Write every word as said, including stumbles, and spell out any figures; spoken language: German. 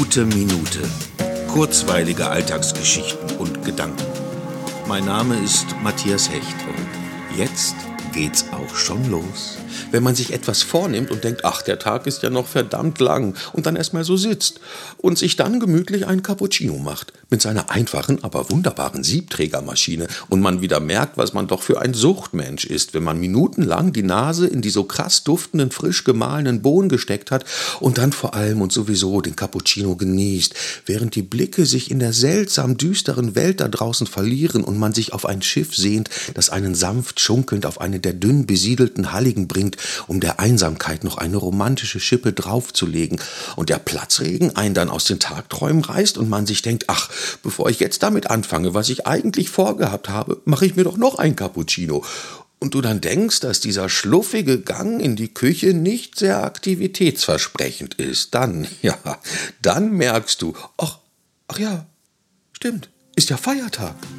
Gute Minute. Kurzweilige Alltagsgeschichten und Gedanken. Mein Name ist Matthias Hecht und jetzt geht's auch schon los. Wenn man sich etwas vornimmt und denkt, ach, der Tag ist ja noch verdammt lang und dann erstmal so sitzt und sich dann gemütlich einen Cappuccino macht mit seiner einfachen, aber wunderbaren Siebträgermaschine und man wieder merkt, was man doch für ein Suchtmensch ist, wenn man minutenlang die Nase in die so krass duftenden, frisch gemahlenen Bohnen gesteckt hat und dann vor allem und sowieso den Cappuccino genießt, während die Blicke sich in der seltsam düsteren Welt da draußen verlieren und man sich auf ein Schiff sehnt, das einen sanft schunkelnd auf eine der dünn besiedelten Halligen bringt, um der Einsamkeit noch eine romantische Schippe draufzulegen und der Platzregen einen dann aus den Tagträumen reißt und man sich denkt, ach, bevor ich jetzt damit anfange, was ich eigentlich vorgehabt habe, mache ich mir doch noch ein Cappuccino. Und du dann denkst, dass dieser schluffige Gang in die Küche nicht sehr aktivitätsversprechend ist, dann, ja, dann merkst du, ach, ach ja, stimmt, ist ja Feiertag.